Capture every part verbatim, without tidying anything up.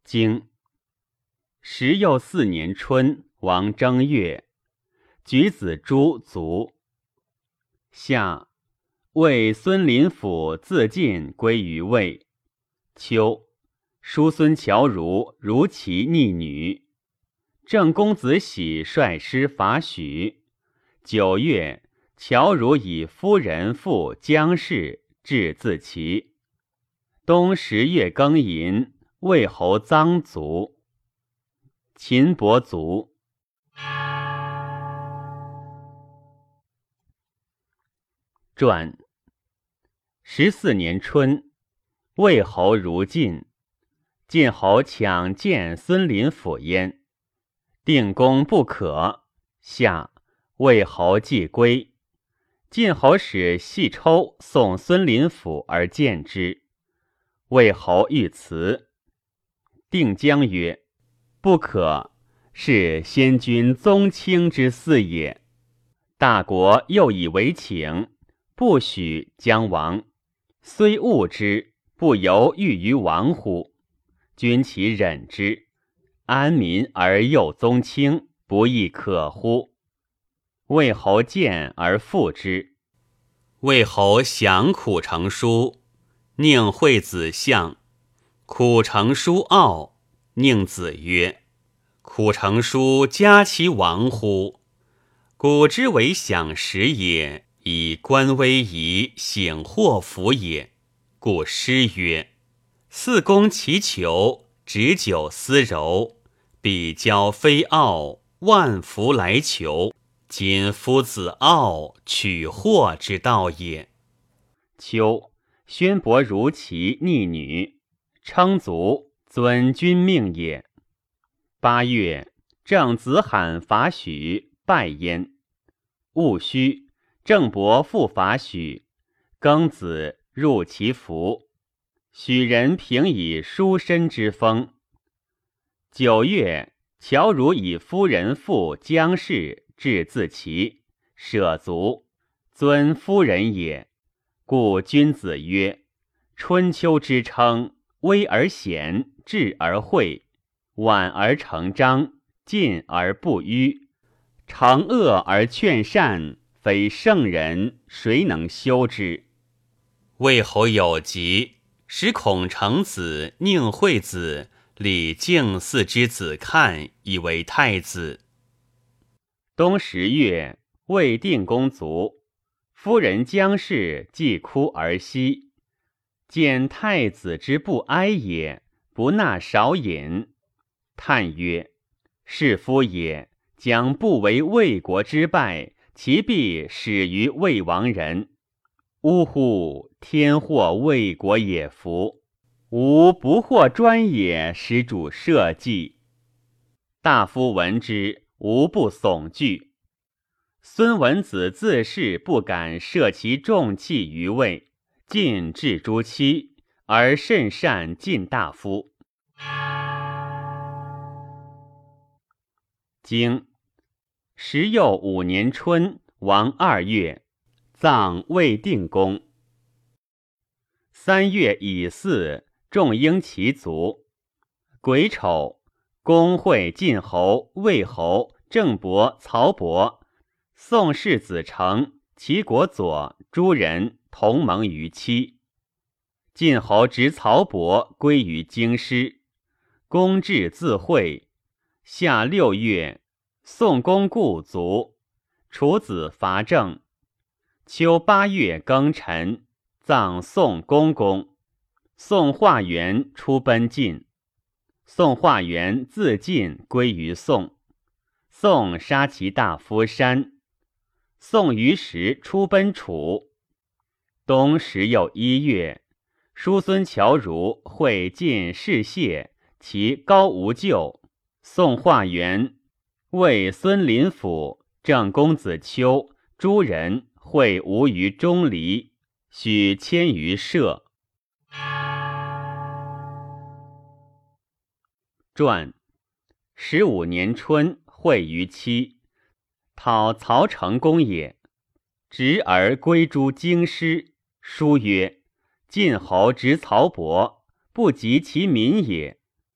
经十又四年春，王正月，举子朱卒。夏，魏孙林甫自尽，归于魏。秋，叔孙侨如如其逆女。郑公子喜率师伐许。九月，侨如以夫人赴姜氏，至自齐。冬十月庚寅，魏侯臧卒。秦伯卒。传十四年春，魏侯如晋，晋侯抢见孙林甫焉，定公不可。夏，魏侯既归，晋侯使细抽送孙林甫而见之。魏侯欲辞，定姜曰：不可，是先君宗亲之嗣也。大国又以为请，不许将亡，虽恶之，不犹豫于亡乎？君其忍之，安民而又宗亲，不亦可乎？魏侯见而复之。魏侯降苦成书，宁惠子相。苦成书傲，宁子曰：苦成书加其亡乎？古之为享食也，以观威仪，省祸福也。故诗曰：四公其求，执酒思柔，比交非傲，万福来求。今夫子傲，取祸之道也。秋，宣伯如其逆女，称卒，尊君命也。八月，郑子罕伐许，败焉。戊戌，郑伯复伐许，庚子，入其服。许人平以书身之风。九月，侨如以夫人赴姜氏，至自齐，舍卒，尊夫人也。故君子曰：春秋之称，威而显，质而惠，婉而成章，进而不迂，惩恶而劝善，非圣人，谁能修之？魏侯有疾，使孔成子、宁惠子、李敬嗣之子看，以为太子。冬十月，魏定公卒，夫人姜氏既哭而息，见太子之不哀也，不纳少饮。叹曰：是夫也，将不为魏国之败，其必始于魏王人。呜呼，天祸魏国也夫！吾不惑专也，使主社稷。大夫闻之，无不悚惧。孙文子自是不敢设其重器于魏，尽至诸妻，而甚善晋大夫。经十又五年春，王二月，葬魏定公。三月乙巳，仲婴其卒。癸丑，公会晋侯、魏侯、郑伯、曹伯、宋氏子成、齐国佐诸人同盟于期。晋侯执曹伯归于京师，公至自会。夏六月，宋公固卒，楚子伐郑。秋八月庚辰，葬宋公公。宋化元出奔晋。宋化元自晋归于宋。宋杀其大夫山。宋于时出奔楚。冬十又一月，叔孙侨如会晋士燮，其高无咎。宋化元、魏孙林甫、郑公子丘诸人会吴于钟离，许迁于社。传十五年春，会于期，讨曹成公也。执而归诸京师，书曰：晋侯执曹伯，不及其民也。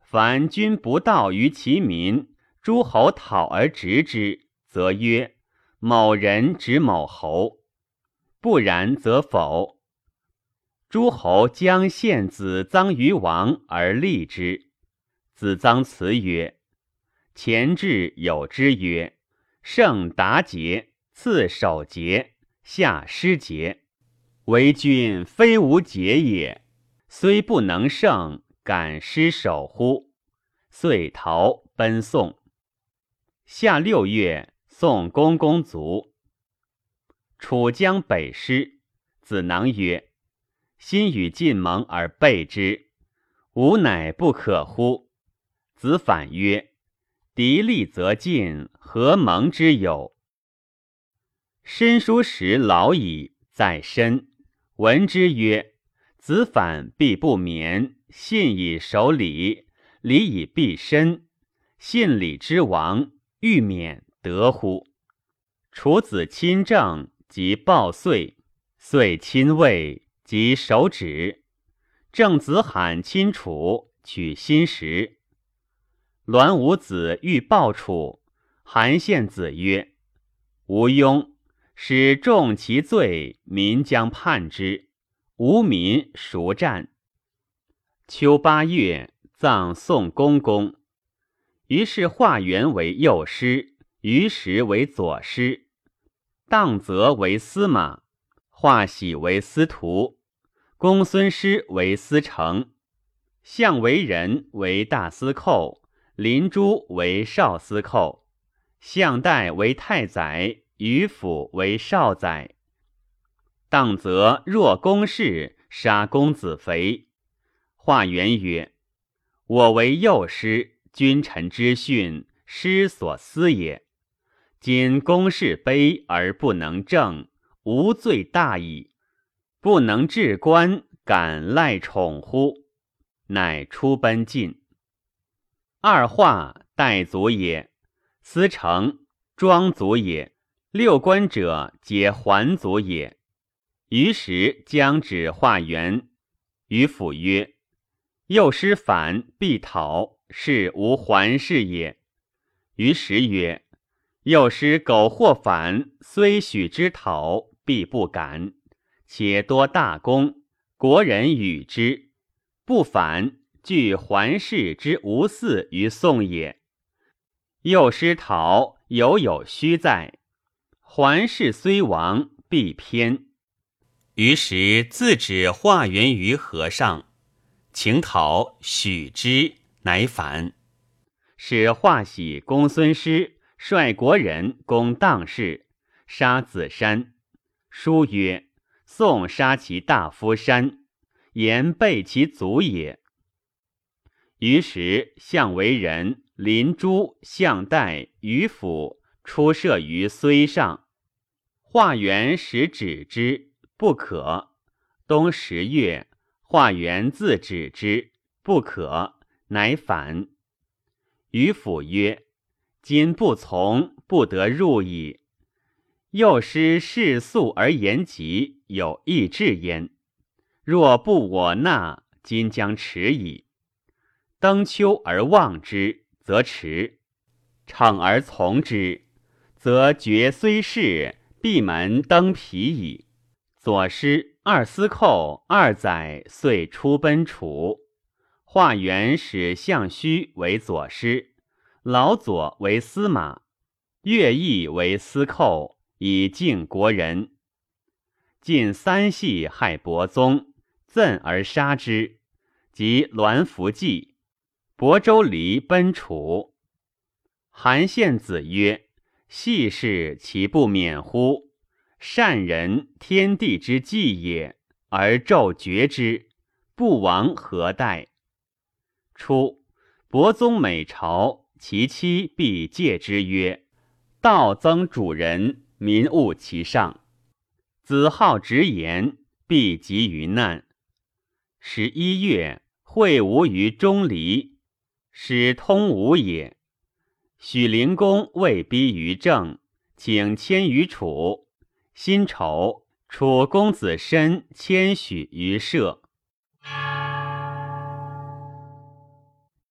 凡君不道于其民，诸侯讨而执之，则曰某人指某侯，不然则否。诸侯将献子臧于王而立之。子臧辞曰：前志有之曰，胜达节，次守节，下失节。为君非无节也，虽不能胜，敢失守乎？遂逃奔宋。夏六月，宋公公卒。楚将北师，子囊曰：心与晋盟而备之，吾乃不可乎？子反曰：敌利则进，何盟之有？申叔时老矣，在身。闻之曰：子反必不免，信以守礼，礼以避身，信礼之亡，欲免得乎？楚子亲政，即报岁；岁亲魏，即守止。郑子罕亲楚，取新时。栾武子欲报楚，韩献子曰：吴庸，使重其罪，民将叛之，无民孰战？秋八月，葬宋公公。于是华元为右师，于时为左师，荡泽为司马，华喜为司徒，公孙师为司成，相为人为大司寇，林朱为少司寇，相代为太宰，于府为少宰。荡泽若公事，杀公子肥。华元曰：我为右师，君臣之训，师所思也。今公事卑而不能正，无罪大矣。不能治官，敢赖宠乎？乃出奔晋。二华代族也，司成庄族也，六官者皆桓族也。于时将指华元，于府曰：右师反，必讨，是无桓氏也。于时曰：右师苟或反，虽许之讨，必不敢，且多大功，国人与之。不反，据桓氏之无嗣于宋也。右师讨，犹有虚在，桓氏虽亡，必偏。于是自指华元于河上，请讨，许之，乃反。使华喜、公孙师率国人攻荡氏，杀子山。书曰：宋杀其大夫山，言背其族也。于时相为人林朱、相代、于府出射于睢上，华元使止之，不可。冬十月，华元自止之，不可，乃反。于府曰：今不从，不得入矣。右师事速而言急，有意志焉。若不我纳，今将迟矣。登秋而望之，则迟；骋而从之，则绝虽逝，闭门登皮矣。左师二司寇二载，遂出奔楚。华元使项须为左师，老左为司马，乐毅为司寇，以敬国人。晋三系害伯宗，赠而杀之，即栾服计。亳州离奔楚。韩献子曰：系氏其不免乎？善人，天地之纪也，而纣绝之，不亡何待？初，伯宗每朝，其妻必戒之曰：道增主人，民务其上。子好直言，必及于难。十一月，会吴于钟离，使通吴也。许灵公位逼于郑，请迁于楚。辛丑，楚公子申迁许于社。